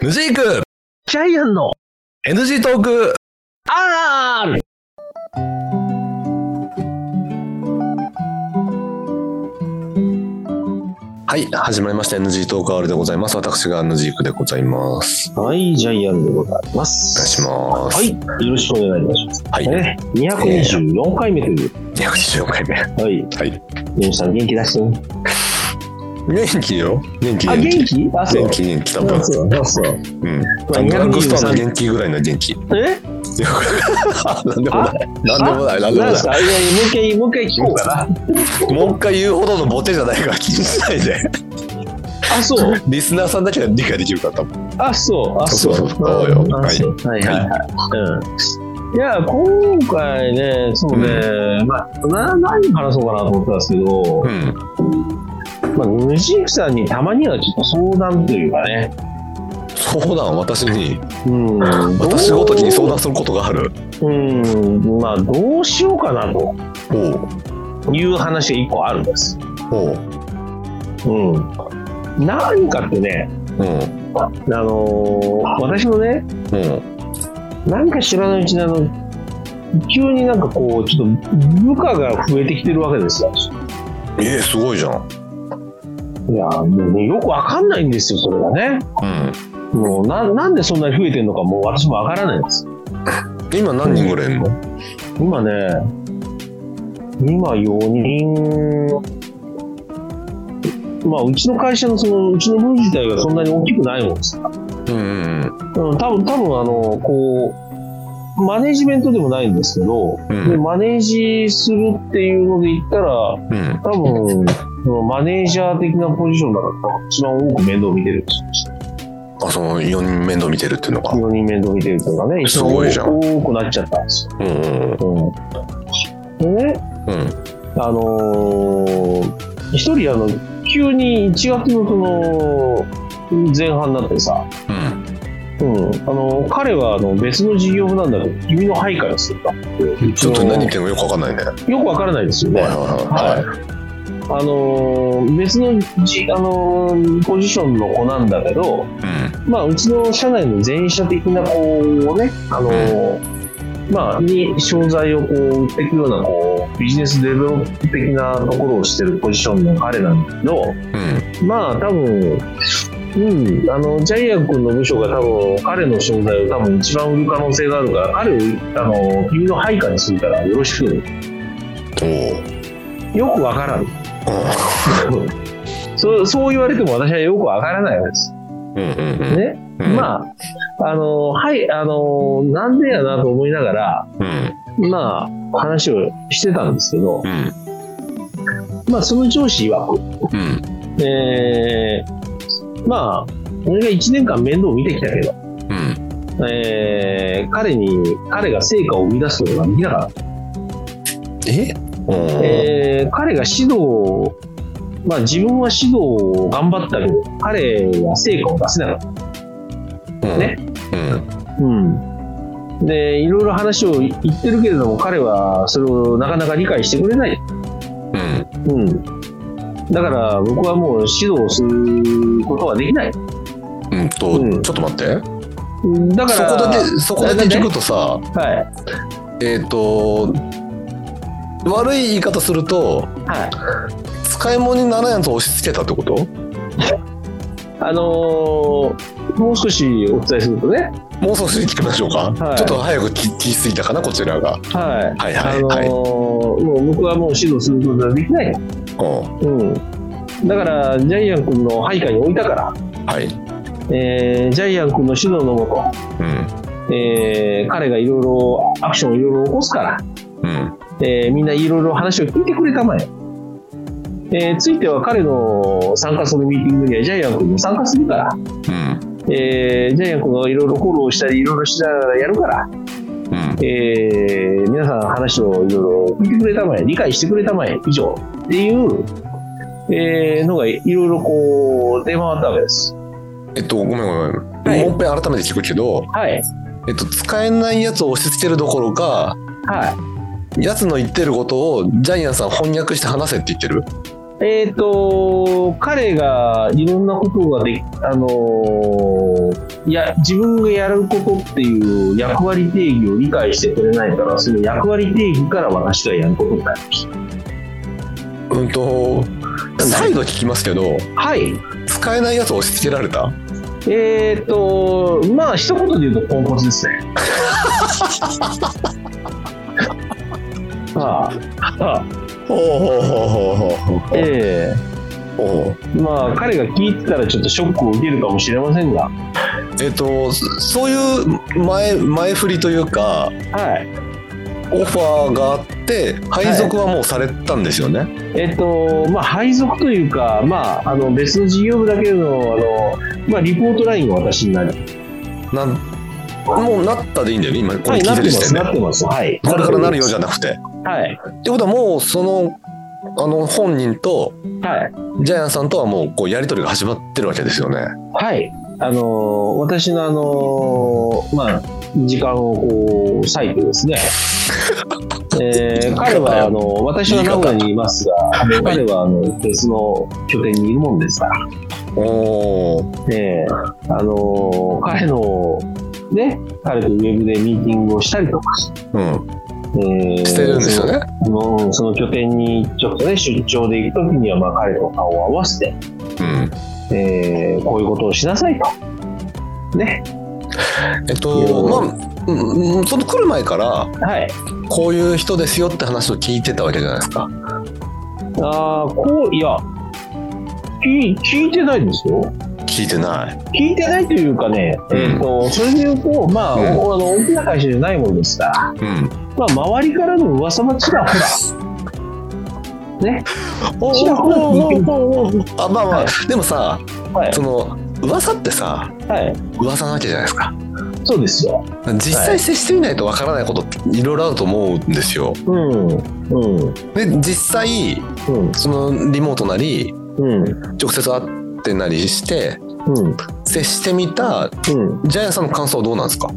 ヌジークジャイアンの NG トーク R。 はい、始まりました NG トーク R でございます。私がヌジークでございます。 はい、ジャイアンでございまおす。 願いします。 はい、よろしくお願いいたします。 はい、 224回目という。 224回目。 はい。 はい。 皆さん元気出してね。 元気よ。元気。 あ、元気？あ、そう。 元気多分。 そう。 うん。ドラッグストアの元気ぐらいの元気。なんでもない。なんでもない。なんでもない。 いや、もう一回聞こうかな。 もう一回言うほどのボテじゃないから気にしないで。 あ、そう。 リスナーさんだけが理解できるから多分。 あ、そう。あ、そう。 そうよ。 はい。いや、今回ね、そうね、まあ、何話そうかなと思ったんですけど、まあ、ヌジークさんにたまにはちょっと相談というかね。 相談、私に、 私ごときに相談することがある。 まあどうしようかなという話が一個あるんです。何かってね、私もね、何か知らないうちに急になんかこうちょっと部下が増えてきてるわけですよ。 すごいじゃん。 いやもうね、よくわかんないんですよ、それがね。もうなんでそんなに増えてるのかもう私もわからないんです。 今何人ぐらいいるの？ 今4人。まあうちの会社のうちの部自体がそんなに大きくないもんですから。多分こうマネジメントでもないんですけど、でマネージするっていうので言ったら、多分マネージャー的なポジションだから一番多く面倒見てるんですよ。 その4人面倒見てるっていうのが 4人面倒見てるっていうのがね、 すごいじゃん。 多くなっちゃったんですよ。でね、一人急に1月の前半になってさ、彼は別の事業部なんだけど君の配下ですとかちょっと何言ってるのかよくわかんないね。 よくわからないですよね。別のポジションの子なんだけど、まあうちの社内の前者的なこうね、まあに商材をこう売っていくようなこうビジネスデベロップ的なところをしてるポジションの彼なんだけど、まあ多分ジャイアン君の部署が多分彼の商材を多分一番売る可能性があるから彼を君の配下にするからよろしく。よくわからん。そう言われても私はよくわからないです。ね、まあなんでやなと思いながら、まあ話をしてたんですけど、まあその上司曰く、まあ俺が1年間面倒を見てきたけど、彼が成果を生み出すことができなかった。彼が指導、まあ自分は指導を頑張ったけど彼は成果を出せなかったね。でいろいろ話を言ってるけれども彼はそれをなかなか理解してくれない。だから僕はもう指導することはできない。 ちょっと待って。 だからそこだけ聞くとさ、悪い言い方すると、使い物にならんやつを押し付けたってこと？ もう少しお伝えするとね。 もう少し聞きましょうか。ちょっと早く聞きすぎたかなこちらが。もう僕はもう指導することができない。だからジャイアン君の配下に置いたから。ジャイアン君の指導のもと、彼がいろいろアクションをいろいろ起こすから。みんないろいろ話を聞いてくれたまえ。ついては彼の参加するミーティングにはジャイアン君も参加するから、ジャイアン君がいろいろフォローしたりいろいろしながらやるから、皆さん話をいろいろ聞いてくれたまえ、理解してくれたまえ以上っていう、のがいろいろこう出回ったわけです。 ごめん、もう一遍改めて聞くけど、使えないやつを押し付けるどころか、やつの言ってることをジャイアンさん翻訳して話せって言ってる？ 彼がいろんなことが自分がやることっていう役割定義を理解してくれないから、その役割定義から私がやることになりました。 再度聞きますけど、 はい。 使えないやつを押し付けられた？ まあ一言で言うとポンコツですね。まあ彼が聞いてたらちょっとショックを受けるかもしれませんが、 そういう前振りというか、はい、オファーがあって配属はもうされたんですよね。 はい、まあ配属というか、まあ別の事業部だけのまあリポートラインが私になる。 もうなったでいいんだよね、今これ聞いてる時点で。 なってます。はい。 これからなるよじゃなくて。はい。ってことはもうその本人と、はい、ジャイアンさんとはもうやり取りが始まってるわけですよね。 はい。私のまあ時間を割いてですね。彼は私は名古屋にいますが、彼は別の拠点にいるもんですから。彼のね、彼とウェブでミーティングをしたりとか、 してるんですよね。 その拠点にちょっとね出張で行くときには、まあ彼と顔を合わせて、こういうことをしなさいとね。 まあその来る前から、はい、こういう人ですよって話を聞いてたわけじゃないですか。 いや聞いてないんですよ。 聞いてないというかね、それで言うと、まあ、大きな会社じゃないものですから、まあ、周りからの噂はちらほら、ね、ちらほら聞いてる。 まあまあ、でもさ、その噂ってさ、噂なわけじゃないですか。 そうですよ。 実際接してみないとわからないことっていろいろあると思うんですよ。で実際、そのリモートなり、直接会ってなりして、接してみた、ジャイアンさんの感想はどうなんですか？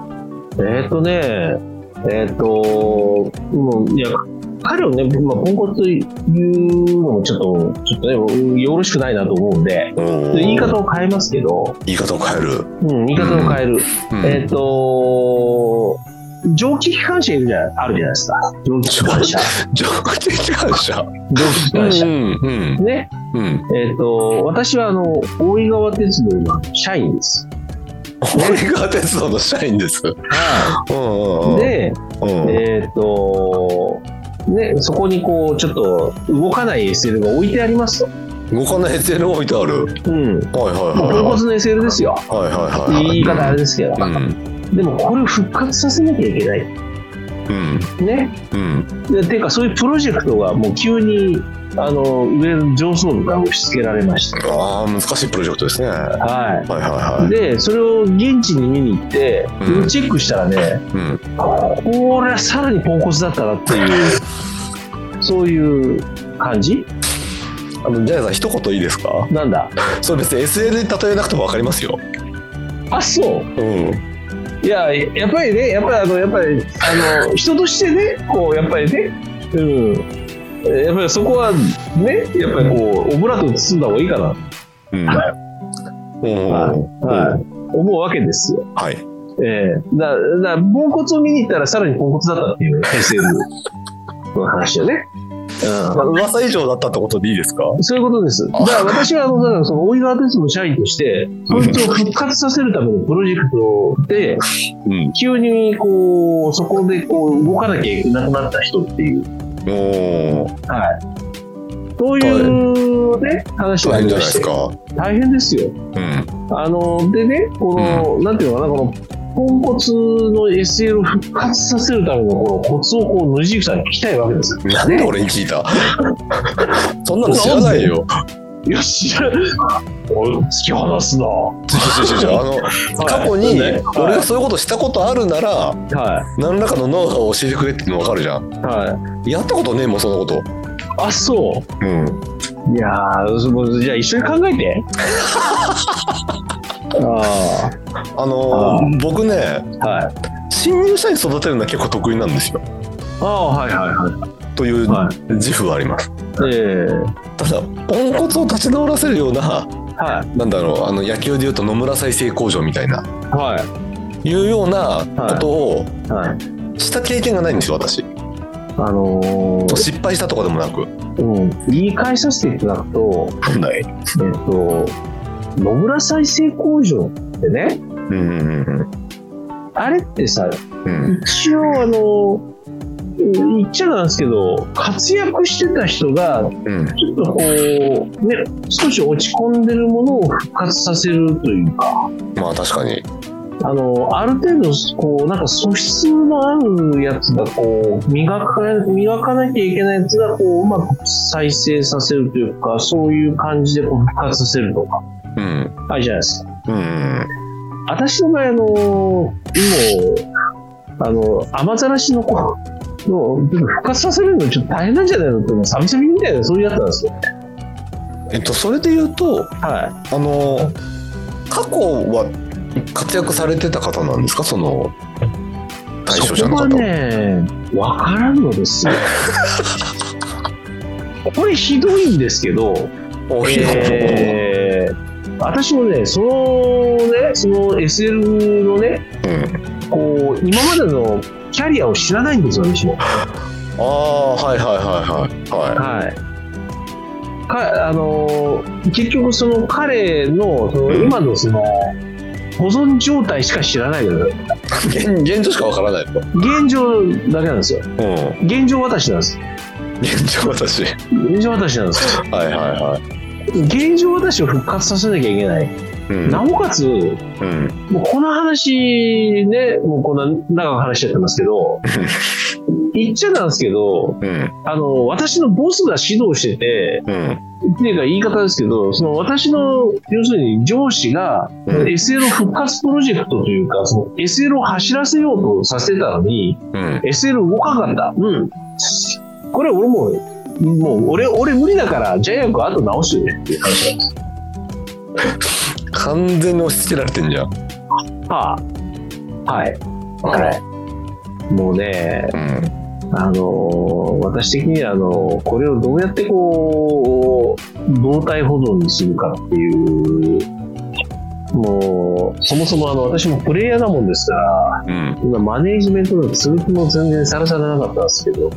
もういや彼をね、ポンコツ言うのもちょっとねよろしくないなと思うんで、言い方を変えますけど。 言い方を変える。 言い方を変える。蒸気機関車あるじゃないですか。蒸気機関車。ね。私は大井川鉄道の社員です。 大井川鉄道の社員です。 で、ね、そこにこうちょっと動かない SL が置いてありますと。 動かない SL が置いてある。ポンコツの SL ですよ。言い方あれですけど。でもこれを復活させなきゃいけない。ね。っていうかそういうプロジェクトがもう急に上の上層部から押し付けられました。 難しいプロジェクトですね。 でそれを現地に見に行って、チェックしたらね、これはさらにポンコツだったなっていうそういう感じ。 ジャイアンさん一言いいですか？ なんだ？ それ別に SL で例えなくても分かりますよ。 そう。いや、やっぱり人としてね、こうやっぱりね、やっぱりそこはね、やっぱりこうオブラートに包んだ方がいいかな、思うわけですよ。はい。だポンコツを見に行ったらさらにポンコツだったっていう SL の話よね。 噂以上だったってことでいいですか？ そういうことです。だから私はその大井川鉄道の社員としてそいつを復活させるためのプロジェクトで、急にこうそこでこう動かなきゃいけなくなった人っていう、そういうね話がありまして、大変ですよ。でね、このなんていうのかな、このポンコツの SL を復活させるためのこのコツをこう野地さんに聞きたいわけですよ。 なんで俺に聞いた？そんなの知らないよ。 いや知らない。突き放すな。 過去に俺がそういうことしたことあるなら、何らかのノウハウを教えてくれっていうの分かるじゃん。やったことねえもんそんなこと。 そう。いやじゃあ一緒に考えて。 僕ね、新入社員育てるのは結構得意なんですよ。という自負はあります。 ただポンコツを立ち直らせるような、はい、なんだろう、野球でいうと野村再生工場みたいな、はい、いうようなことをした経験がないんですよ、私。失敗したとかでもなく、 言い返させていただくと、野村再生工場ってね、あれってさ、一応言っちゃなんですけど、活躍してた人が、ちょっとこう、ね、少し落ち込んでるものを復活させるというか。 まあ確かに。 ある程度、こう、なんか素質のあるやつが、こう、磨かなきゃいけないやつが、こう、うまく再生させるというか、そういう感じでこう復活させるとか。あるじゃないですか。私の場合、もう、雨ざらしの子、復活させるのちょっと大変なんじゃないのってサビサビみたいなそういうやつなんですよ。 それで言うと、はい、過去は活躍されてた方なんですか、その対象者の方。 そこはね、分からんのですよ。これひどいんですけど、私もね、その SL のね、こう今までのキャリアを知らないんですよ、私も。結局その彼の今のその保存状態しか知らないけど、 現状しかわからないと。 現状だけなんですよ。現状私なんです。 現状私なんですよ。現状私を復活させなきゃいけない。なおかつ、もうこの話ね、もうこんな長く話しちゃってますけど、言っちゃなんですけど、私のボスが指導してて、っていうか言い方ですけど、その私の要するに上司が SL 復活プロジェクトというか、その SL を走らせようとさせてたのに、SL 動かなかった。これ俺もう俺無理だからジャイアンクあと直してねっていう話なんです。 完全に押し付けられてんじゃん。 もうね、私的にはこれをどうやってこう動態保存にするかっていう、もうそもそも私もプレイヤーなもんですから、今マネージメントのする気も全然さらさらなかったんですけど、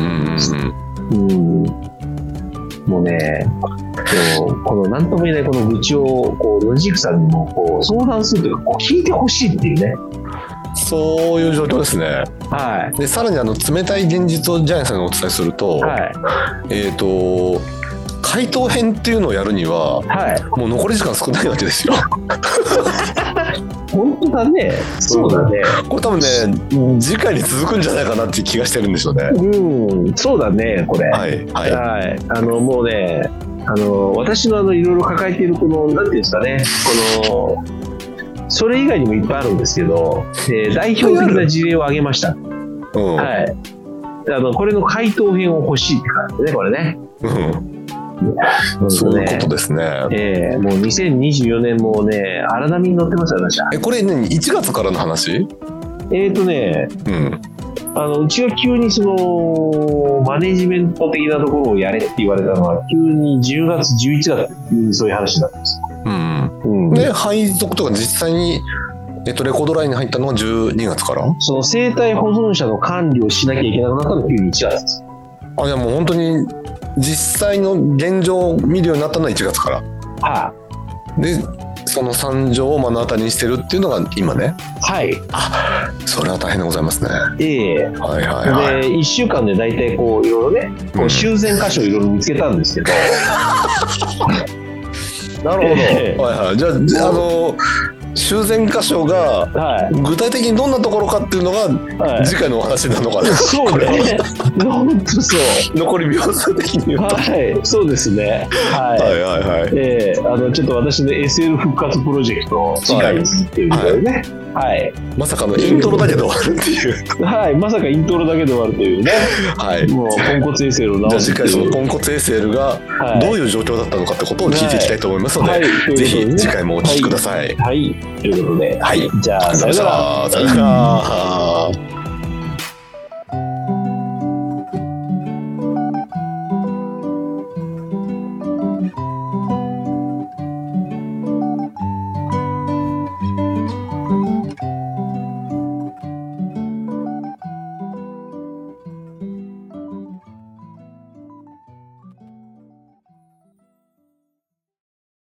もうね、この何とも言えないこの愚痴をこうロジックさんにもこう相談するというか、こう聞いてほしいっていうね。 そういう状況ですね。でさらに冷たい現実をジャイアンさんにお伝えすると、回答編っていうのをやるには、もう残り時間少ないわけですよ。 本当だね。そうだね。 これ多分ね、次回に続くんじゃないかなっていう気がしてるんですよね。 そうだね、これ。もうね、私のいろいろ抱えているこのなんていうんですかね、それ以外にもいっぱいあるんですけど、代表的な事例を挙げました。これの回答編を欲しいって感じね、これね。 そういうことですね。 もう2024年もね、荒波に乗ってますよ、私は。 これ1月からの話？ うちが急にそのマネジメント的なところをやれって言われたのは、急に10月、11月急にそういう話になってます。 で、配属とか実際にレコードラインに入ったのは12月から？ その生体保存者の管理をしなきゃいけなくなったのが急に1月です。 じゃあもう本当に実際の現状を見るようになったのは1月から。でその惨状を目の当たりにしてるっていうのが今ね。それは大変でございますね。 で1週間で大体こういろいろね、こう修繕箇所いろいろ見つけたんですけど。 なるほど。じゃあ修繕箇所が具体的にどんなところかっていうのが次回のお話なのかな。 そうね。本当そう。 残り秒数的に言うと。 そうですね。ちょっと私の SL 復活プロジェクト次回っていうことでね。 まさかのイントロだけで終わるっていう。 まさかイントロだけで終わるというね。もうポンコツ SL を直す。 じゃあ次回そのポンコツ SL がどういう状況だったのかってことを聞いていきたいと思いますので、ぜひ次回もお聞きください。 ということで、じゃあさよなら。 さよなら。